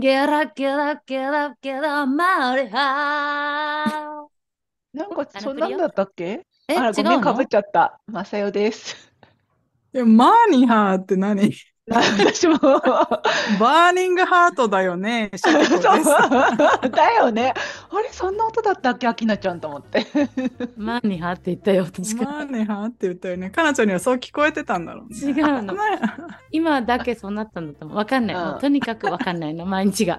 ゲラゲラゲラゲラマリハ。 なんか、 あの振りよ。 そんなんだったっけ？ え、 あら、 違ごめん、かぶっうの？ ちゃった。マサヨです。 マーニハーって何？ 私もバーニングハートだよね。シャケ子そです。 う、だよね。あれ、そんな音だったっけ、アキナちゃんと思って。 マニハって言ったよ、確か。 マーニハーって言ったよね。かなちゃんにはそう聞こえてたんだろう違ね。 うの。今だけそうなったんだと思う。わかんない。もううん。 とにかくわかんないの、毎日が。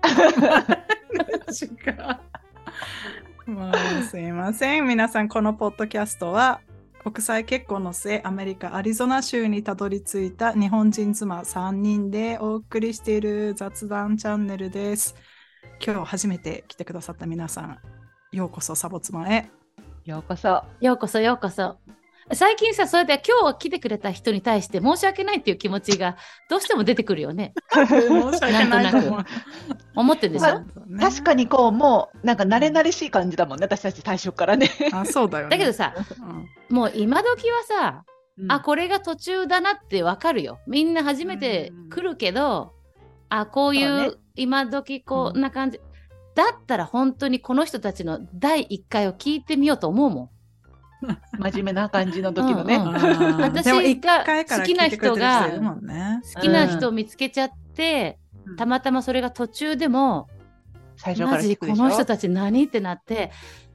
違う。まあ、すいません。皆さん、このポッドキャストは、国際結婚の末、アメリカ・アリゾナ州にたどり着いた日本人妻3人でお送りしている雑談チャンネルです。今日初めて来てくださった皆さん、ようこそサボ妻へ。 ようこそ。 ようこそようこそ。最近さ、それで今日来てくれた人に対して申し訳ないっていう気持ちがどうしても出てくるよね。 申し訳ないと思う。 思ってるでしょ？ 確かにこう、もう、なんか慣れ慣れしい感じだもんね、私たち最初からね。 あ、そうだよね。 だけどさ、もう今時はさ、あ、これが途中だなってわかるよ。みんな初めて来るけど、あ、こういう今時こんな感じ。だったら本当にこの人たちの第1回を聞いてみようと思うもん。 真面目な感じの時のね。 私が好きな人が好きな人を見つけちゃって、たまたまそれが途中でも最初からマジこの人たち何ってなって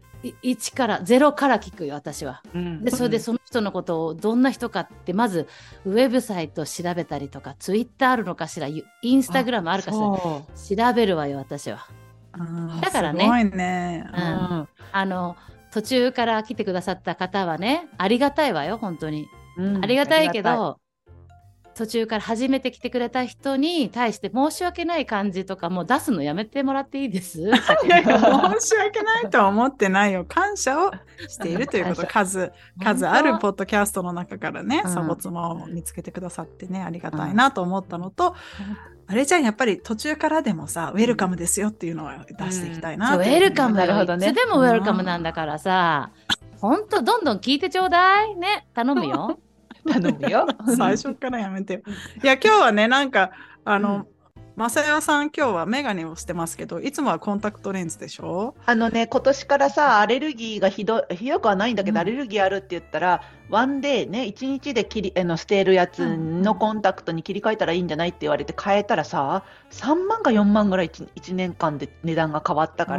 1から0から聞くよ私は。でそれでその人のことをどんな人かってまずウェブサイト調べたりとかツイッターあるのかしらインスタグラムあるかしら調べるわよ私は。だからね、 すごいね。 途中から来てくださった方はね、ありがたいわよ、本当に。ありがたいけど、途中から初めて来てくれた人に対して申し訳ない感じとかもう出すのやめてもらっていいです？ いやいや、申し訳ないとは思ってないよ。感謝をしているということ。数あるポッドキャストの中からね、サボ妻を見つけてくださってね、ありがたいなと思ったのと、あれじゃん、やっぱり途中からでもさ、ウェルカムですよっていうのを出していきたいな。 ウェルカム、なるほどね。いつでもウェルカムなんだからさ、ほんとどんどん聞いてちょうだいね。頼むよ。 頼むよ。 最初からやめてよ。いや、今日はね、なんか、マサヤさん今日はメガネをしてますけど、いつもはコンタクトレンズでしょ？ 今年からさ、アレルギーがひどくはないんだけど、アレルギーあるって言ったら、ワンデーね、1日で捨てるやつのコンタクトに切り替えたらいいんじゃないって言われて変えたらさ、3万か4万ぐらい 1年間で値段が変わったから、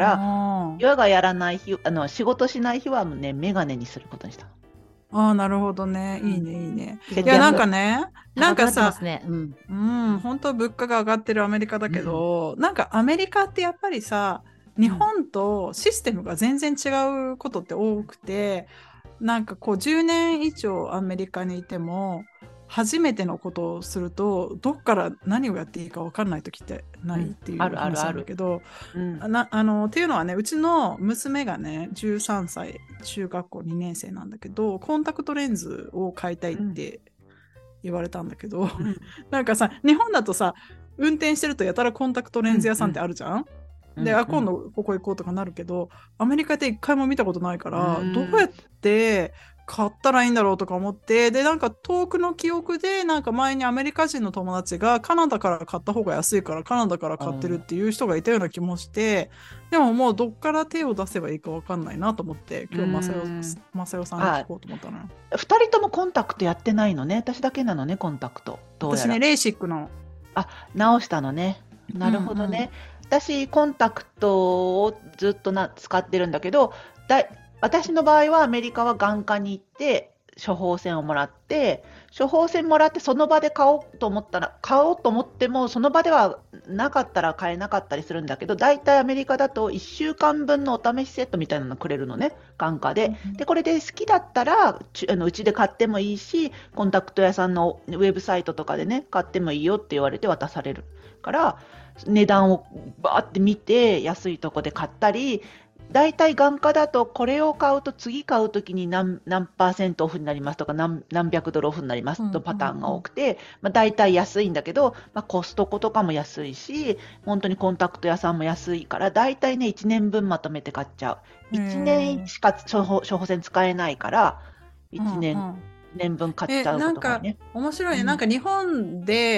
ヨガやらない日、仕事しない日はね、メガネにすることにした。 ああ、なるほどね。いいね、いいね。いや、なんかね、なんかさ、本当物価が上がってるアメリカだけど、なんかアメリカってやっぱりさ、日本とシステムが全然違うことって多くて、なんかこう10年以上アメリカにいても、初めてのことをするとどっから何をやっていいか分かんない時ってないっていう話なんだけど、っていうのはね、うちの娘がね13歳中学校2年生なんだけど、コンタクトレンズを買いたいって言われたんだけど、なんかさ、日本だとさ、運転してるとやたらコンタクトレンズ屋さんってあるじゃん。で、今度ここ行こうとかなるけど、アメリカで一回も見たことないから、どうやって買ったらいいんだろうとか思って、で、なんか遠くの記憶で、なんか前にアメリカ人の友達がカナダから買った方が安いからカナダから買ってるっていう人がいたような気もして、でももうどっから手を出せばいいか分かんないなと思って、今日マサヨさんに聞こうと思ったのよ。 2人ともコンタクトやってないのね。私だけなのね、コンタクト。 私ね、レーシックの。 直したのね。なるほどね。私、コンタクトをずっと使ってるんだけど、私の場合はアメリカは眼科に行って処方箋をもらって、その場で買おうと思ってもその場ではなかったら買えなかったりするんだけど、だいたいアメリカだと1週間分のお試しセットみたいなのくれるのね、眼科で。でこれで好きだったらうちで買ってもいいし、コンタクト屋さんのウェブサイトとかでね買ってもいいよって言われて渡されるから、値段をバーって見て安いとこで買ったり、だいたい眼科だとこれを買うと次買うときに何パーセントオフになりますとか、何百ドルオフになりますとパターンが多くて、だいたい安いんだけど、コストコとかも安いし、本当にコンタクト屋さんも安いから、だいたいね1年分まとめて買っちゃう。1年しか処方箋使えないから1年分買っちゃうことがね。 なんか面白いね。なんか日本で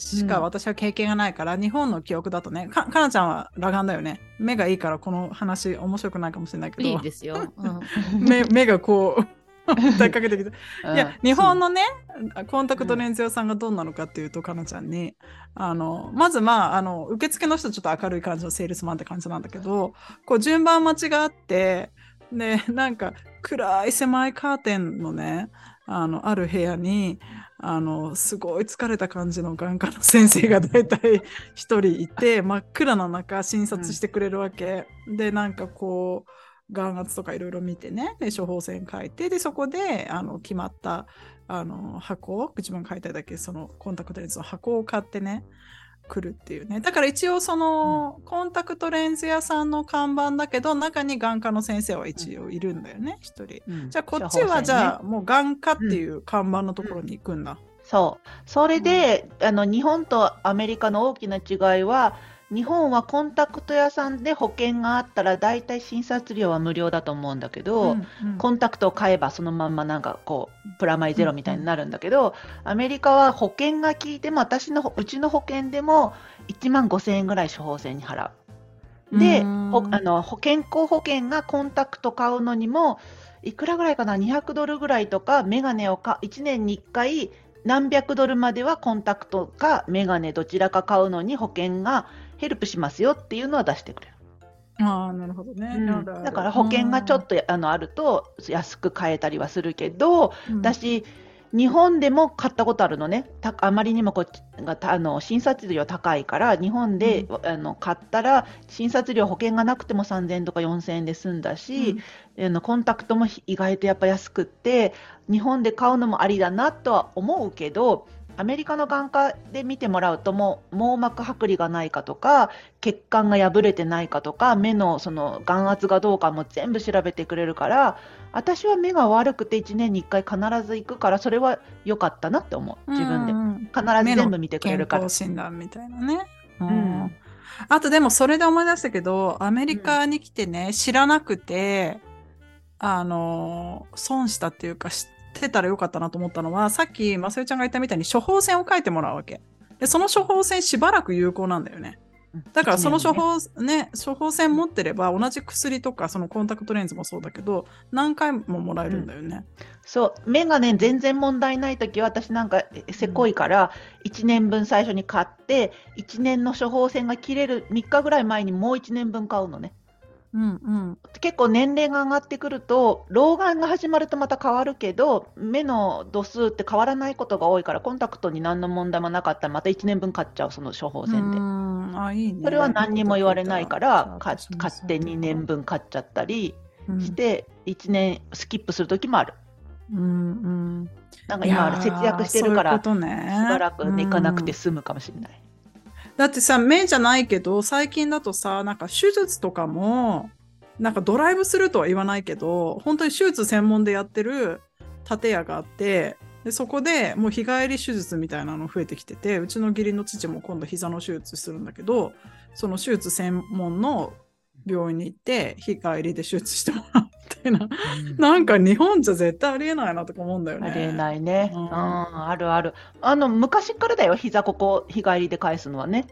しか私は経験がないから、日本の記憶だとね、かなちゃんは裸眼だよね。目がいいからこの話面白くないかもしれないけど。 いいですよ。 目がこう訴えかけてきて。いや、日本のね、コンタクトレンズ屋さんがどんなのかっていうと、かなちゃんに、まず受付の人ちょっと明るい感じのセールスマンって感じなんだけど、こう順番待ちがあって、で、なんか暗い狭いカーテンのね、ある部屋に、すごい疲れた感じの眼科の先生がだいたい一人いて、真っ暗な中診察してくれるわけ。で、なんかこう、眼圧とかいろいろ見てね、で処方箋書いて、でそこで決まった箱、自分が書いただけそのコンタクトレンズの箱を買ってね来るっていうね。だから一応その、コンタクトレンズ屋さんの看板だけど、中に眼科の先生は一応いるんだよね、一人。じゃあこっちはじゃあもう眼科っていう看板のところに行くんだ。 そう。それで、日本とアメリカの大きな違いは、日本はコンタクト屋さんで保険があったら大体診察料は無料だと思うんだけど、コンタクトを買えばそのまんまなんかこうプラマイゼロみたいになるんだけど、アメリカは保険が効いてもうちの保険でも1万5,000円ぐらい処方箋に払う。で、健康保険がコンタクト買うのにもいくらぐらいかな、200ドルぐらいとか、メガネを1年に1回何百ドルまではコンタクトかメガネどちらか買うのに保険がヘルプしますよっていうのは出してくれる。 なるほどね。 だから保険がちょっとあると安く買えたりはするけど、私日本でも買ったことあるのね。あまりにもこっちが診察料高いから、日本で、買ったら診察料保険がなくても3,000円とか4,000円で済んだし、コンタクトも意外とやっぱ安くって日本で買うのもありだなとは思うけど、アメリカの眼科で見てもらうともう網膜剥離がないかとか、血管が破れてないかとか、目のその眼圧がどうかも全部調べてくれるから、私は目が悪くて1年に1回必ず行くから、それは良かったなって思う。自分で必ず全部見てくれるから。 健康診断みたいなね。あとでもそれで思い出したけど、アメリカに来てね、知らなくて損したっていうか、知ってたらよかったなと思ったのは、さっきまさよちゃんが言ったみたいに処方箋を書いてもらうわけで、その処方箋しばらく有効なんだよね。だからその処方箋持ってれば、同じ薬とかそのコンタクトレンズもそうだけど何回ももらえるんだよね。 そうメガネ全然問題ないときは、私なんかせこいから1年分最初に買って、1年の処方箋が切れる3日ぐらい前にもう1年分買うのね。結構年齢が上がってくると、老眼が始まるとまた変わるけど、目の度数って変わらないことが多いから、コンタクトに何の問題もなかったらまた1年分買っちゃう、その処方箋で。いいね、それは何にも言われないから買って2年分買っちゃったりして、1年スキップする時もある。なんか今節約してるから、しばらく行かなくて済むかもしれない。 だってさ、目じゃないけど最近だとさ、なんか手術とかもなんかドライブするとは言わないけど、本当に手術専門でやってる建屋があって、でそこでもう日帰り手術みたいなの増えてきてて、うちの義理の父も今度膝の手術するんだけど、その手術専門の病院に行って日帰りで手術してもらうみたいな、なんか日本じゃ絶対ありえないなとか思うんだよね。 ありえないね。あるある。昔からだよ、膝ここ日帰りで返すのはね。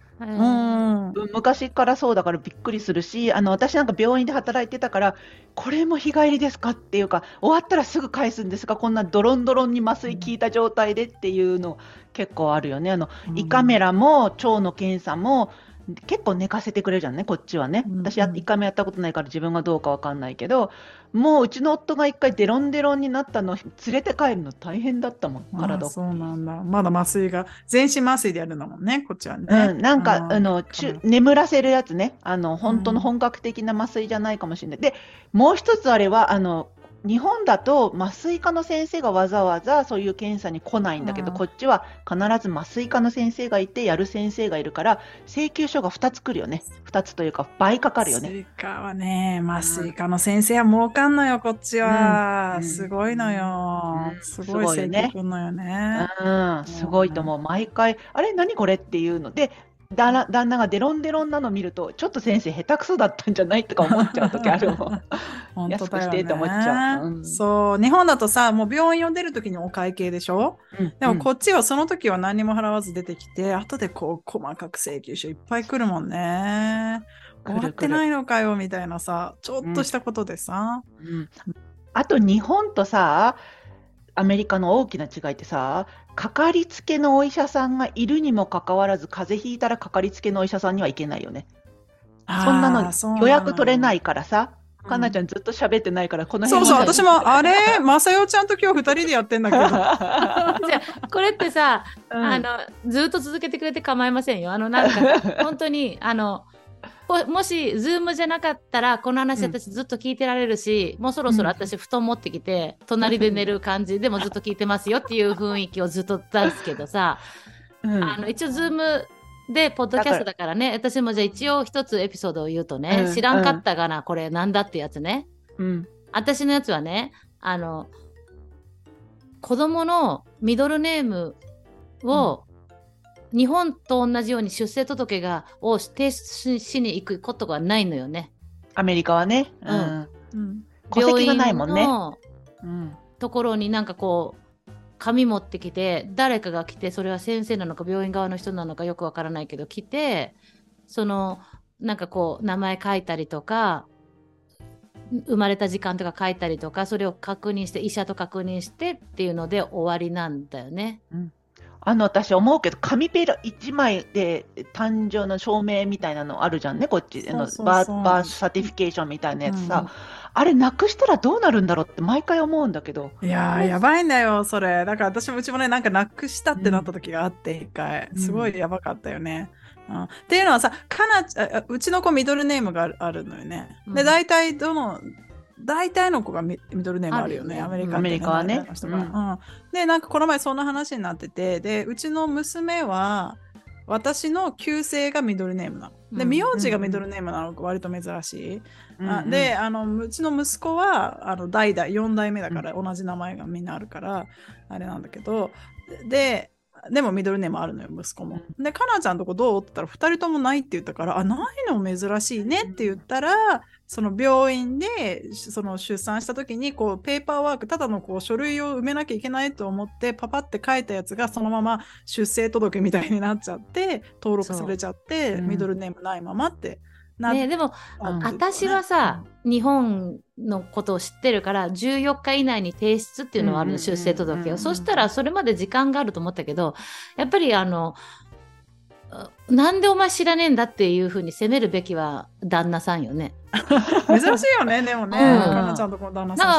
昔からそうだからびっくりするし、私なんか病院で働いてたから、これも日帰りですかっていうか、終わったらすぐ返すんですか、こんなドロンドロンに麻酔効いた状態でっていうの結構あるよね。胃カメラも腸の検査も結構寝かせてくれるじゃんね、こっちはね。私1回もやったことないから自分がどうかわかんないけど、もううちの夫が1回デロンデロンになったの連れて帰るの大変だったもん、体。 そうなんだ。まだ麻酔が全身麻酔でやるんだもんね、こっちはね。 なんか眠らせるやつね、本当の本格的な麻酔じゃないかもしれない。でもう一つあれは日本だと麻酔科の先生がわざわざそういう検査に来ないんだけど、こっちは必ず麻酔科の先生がいてやる先生がいるから、請求書が2つ来るよね。2つというか倍かかるよね。 麻酔科はね、麻酔科の先生は儲かんのよ、こっちは。すごいのよ。すごい請求来んのよね。 すごいと思う。毎回あれ何これっていうので、旦那がデロンデロンなの見ると、ちょっと先生下手くそだったんじゃないとか思っちゃう時あるもん。 本当安くだよね。 してって思っちゃう。 そう、日本だとさ、もう病院を出るときにお会計でしょ、でもこっちはその時は何も払わず出てきて、後でこう細かく請求書いっぱい来るもんね。終わってないのかよみたいなさ、ちょっとしたことでさ。 あと日本とさ、アメリカの大きな違いってさ、かかりつけのお医者さんがいるにもかかわらず、風邪ひいたらかかりつけのお医者さんには行けないよね。そんなの予約取れないからさ。かなちゃんずっと喋ってないから、この辺そうそう、私も、あれまさよちゃんと今日2人でやってんだけど。じゃこれってさ、ずっと続けてくれて構いませんよ。なんか、本当に、もし、ズームじゃなかったら、この話私ずっと聞いてられるし、もうそろそろ私布団持ってきて、隣で寝る感じでもずっと聞いてますよっていう雰囲気をずっと出すけどさ、一応ズーム、で、ポッドキャストだからね、私もじゃあ一応一つエピソードを言うとね、知らんかったかな、これなんだってやつね。私のやつはね、子供のミドルネームを、日本と同じように出生届を提出しに行くことがないのよね。 アメリカはね。戸籍がないもんね。 病院のところになんかこう、紙持ってきて、誰かが来て、それは先生なのか病院側の人なのかよくわからないけど来て、なんかこう名前書いたりとか、生まれた時間とか書いたりとか、それを確認して、医者と確認してっていうので終わりなんだよね。 私思うけど、紙ペラ1枚で誕生の証明みたいなのあるじゃんね、こっちバースサティフィケーションみたいなやつさ、あれなくしたらどうなるんだろうって毎回思うんだけど。 いやー、やばいんだよそれ。だからうちもね、なんかなくしたってなった時があって一回、すごいやばかったよね。っていうのはさ、うちの子ミドルネームがあるのよね。で、大体の子がミドルネームあるよね、アメリカはね。で、なんかこの前そんな話になってて、で、うちの娘は私の旧姓がミドルネームなの。で、名字がミドルネームなのが割と珍しい。で、うちの息子は代々4代目だから同じ名前がみんなあるからあれなんだけど、でもミドルネームあるのよ、息子も。で、かなちゃんとこどうって言ったら2人ともないって言ったから、ないの珍しいねって言ったら、その病院でその出産した時にこうペーパーワーク、ただのこう書類を埋めなきゃいけないと思ってパパって書いたやつがそのまま出生届みたいになっちゃって登録されちゃって、ミドルネームないままってなって、 でも、私はさ、日本のことを知ってるから14日以内に提出っていうのはあるの、出生届を。そしたらそれまで時間があると思ったけど、やっぱりなんでお前知らねえんだっていうふうに責めるべきは旦那さんよね。 珍しいよね、でもね。かなちゃんとこの旦那さん。 だ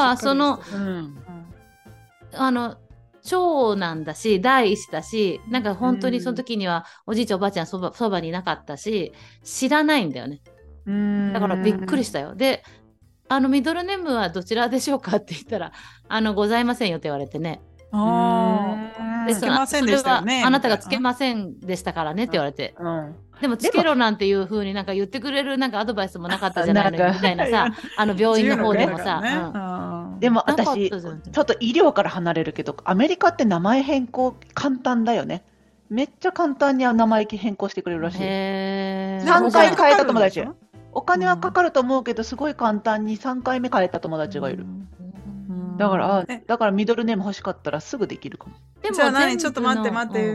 から長男だし第一子だし、なんか本当にその時にはおじいちゃんおばあちゃんそばにいなかったし、知らないんだよね。だからびっくりしたよ。で、ミドルネームはどちらでしょうかって言ったら、ございませんよって言われてね。 つけませんでしたよね。 あなたがつけませんでしたからねって言われて。でもつけろなんていう風になんか言ってくれるなんかアドバイスもなかったじゃないのみたいなさ、病院の方でもさ。 でも私ちょっと医療から離れるけど、アメリカって名前変更簡単だよね。めっちゃ簡単に名前変更してくれるらしい。3回変えた友達。お金はかかると思うけど、すごい簡単に3回目変えた友達がいる。だからミドルネーム欲しかったらすぐできるかも。 じゃあ何、ちょっと待って。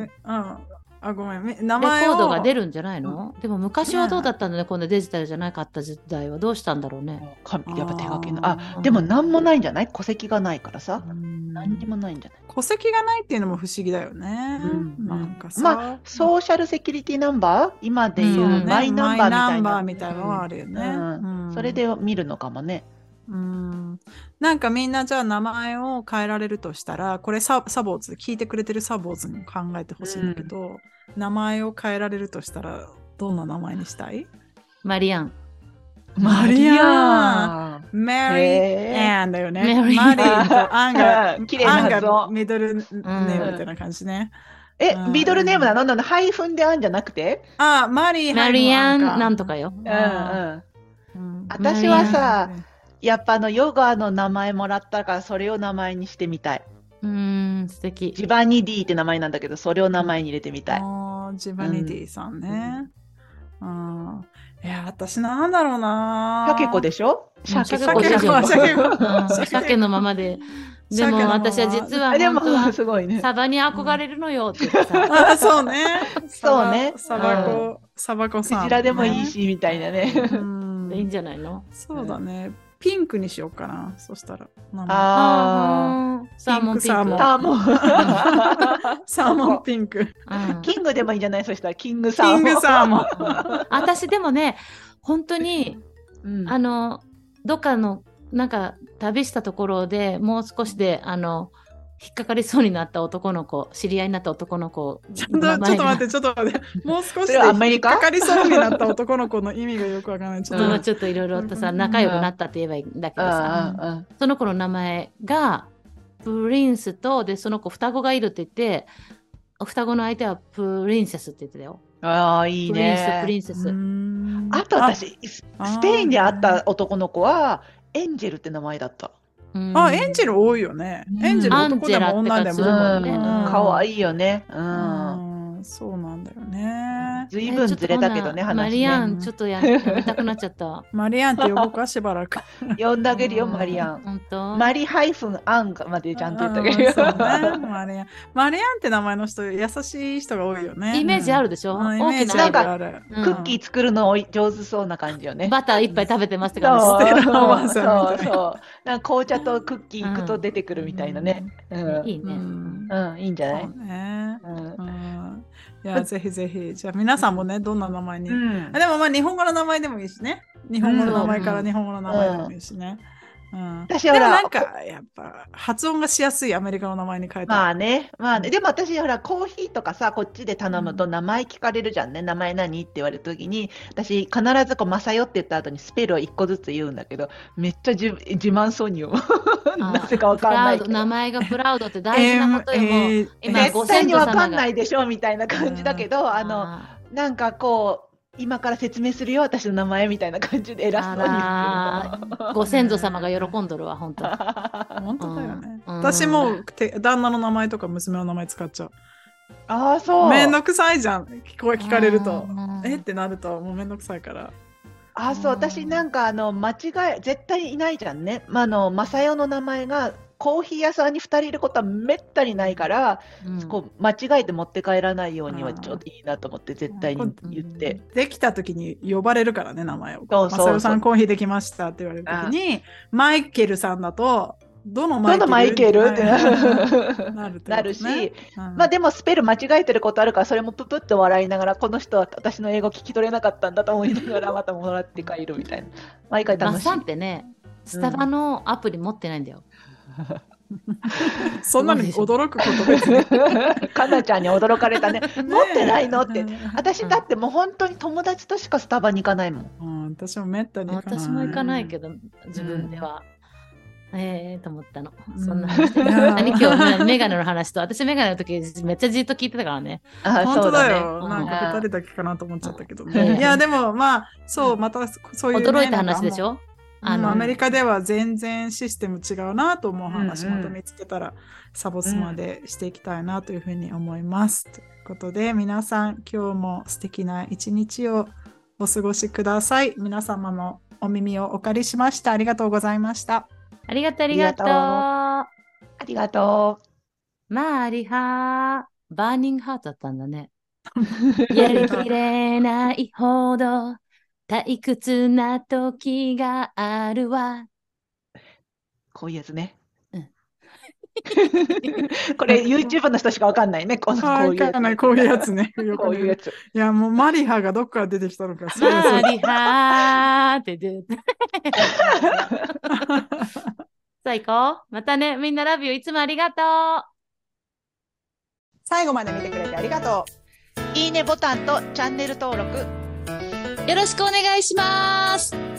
ごめん、名前レコードが出るんじゃないの？でも昔はどうだったんだね、こんなデジタルじゃなかった時代はどうしたんだろうね。 やっぱ手書きの。でも何もないんじゃない？戸籍がないからさ。何にもないんじゃない？ 戸籍がないっていうのも不思議だよね。なんかさ、ソーシャルセキュリティナンバー、今でいうマイナンバーみたいなのはあるよね。 それで見るのかもね。 なんかみんなじゃあ名前を変えられるとしたら、これサボーズ聞いてくれてるサボーズにも考えてほしいんだけど、名前を変えられるとしたらどんな名前にしたい？ マリアン。 メリーアンだよね。マリーとアンがミドルネームみたいな感じね。 ミドルネームなの？ハイフンでアンじゃなくて？ マリアンなんとかよ。 私はさ、やっぱヨガの名前もらったからそれを名前にしてみたい。 素敵。 ジバニディって名前なんだけど、それを名前に入れてみたい。 ジバニディさんね。 いや、私なんだろうな。 鮭子でしょ？ 鮭子鮭のままで。でも私は実は本当はすごいね。 サバに憧れるのよって言ってさ。あ、そうね。 そうね。 サバ子さん。 クジラでもいいし、みたいなね。 いいんじゃないの？ そうだね。ピンクにしようかな。そしたら。 サーモンピンク。 サーモンピンク。 キングでもいいんじゃない？そしたらキングサーモン。 キングサーモン。 私でもね、本当に、どっかのなんか旅したところでもう少しで引っかかりそうになった男の子、知り合いになった男の子。 ちょっと待って。もう少しで引っかかりそうになった男の子の意味がよくわからない。ちょっといろいろとさ、仲良くなったって言えばいいんだけどさ、その子の名前がプリンスと、で、その子双子がいるって言って、双子の相手はプリンセスって言ってたよ。 ああ、いいね。 プリンセス。 あと私、スペインで会った男の子は、エンジェルって名前だった。 エンジェル多いよね。エンジェル男でも女でも。 かわいいよね。 そうなんだよね。 ずいぶんずれたけどね、話ね。 マリアン、ちょっとやめたくなっちゃった。 マリアンって呼ぼうか、しばらく。 呼んであげるよ、マリアン。 本当？ マリアンまでちゃんと言ってあげるよ。 マリアンって名前の人、優しい人が多いよね。 イメージあるでしょ？ 大きな。 なんか、クッキー作るの上手そうな感じよね。 バターいっぱい食べてますって感じ。 そう。なんか紅茶とクッキー行くと出てくるみたいなね。 いいね。 いいんじゃない？ いや、ぜひぜひ。じゃあ皆さんもね、どんな名前に。でもまあ日本語の名前でもいいしね。日本語の名前から日本語の名前でもいいしね。 私はなんかやっぱ発音がしやすいアメリカの名前に変えた。 まあね。でも私ほらコーヒーとかさ、こっちで頼むと名前聞かれるじゃんね。名前何って言われた時に、私必ずマサヨって言った後にスペルを一個ずつ言うんだけど、めっちゃ自慢そうに言う。なぜかわかんないけど。 名前がプラウドって大事なことよ。 今絶対にわかんないでしょみたいな感じだけど、なんかこう。今から説明するよ、私の名前みたいな感じで偉そうに言ってる。 ご先祖様が喜んどるわ、本当。 本当だよね。私も旦那の名前とか娘の名前使っちゃう。 ああ、そう。 めんどくさいじゃん。聞かれると。ってなると、もうめんどくさいから。 そう、私なんか間違い、絶対いないじゃんね。マサヨの名前が、コーヒー屋さんに2人いることはめったにないから、こう間違えて持って帰らないようにはちょっといいなと思って絶対に言って。 できた時に呼ばれるからね、名前を。マサヨさんコーヒーできましたって言われる時に、マイケルさんだと、どのマイケルってなるし、でもスペル間違えてることあるから、それもププって笑いながら、この人は私の英語聞き取れなかったんだと思いながら、またもらって帰るみたいな。毎回楽しい。 マサンってね、スタバのアプリ持ってないんだよ。 そんなに驚くこと別に。 かなちゃんに驚かれたね。持ってないのって。私だってもう本当に友達としかスタバに行かないもん。 私もめったに行かない。 私も行かないけど、自分では。と思ったの。そんな話で。何今日メガネの話と、私メガネの時めっちゃじっと聞いてたからね。 本当だよ。なんか2人だけかなと思っちゃったけどね。いや、でもまあ、そう、またそういう。 驚いた話でしょ？ アメリカでは全然システム違うなと思う話また見つけたらサボスまでしていきたいなというふうに思います。ということで皆さん今日も素敵な一日をお過ごしください。皆様のお耳をお借りしました。ありがとうございました。 ありがとうありがとう。 ありがとう。マリハーバーニングハートだったんだね。やりきれないほど退屈な時があるわ。 こういうやつね。これ YouTube の人しかわかんないね。こういうやつね。 こういうやつね。 こういうやつ。 いやもうマリハがどっから出てきたのか。 マリハーって出て。さあ行こう。またね。みんなラビューいつもありがとう。 最後まで見てくれてありがとう。いいねボタンとチャンネル登録。 よろしくお願いします。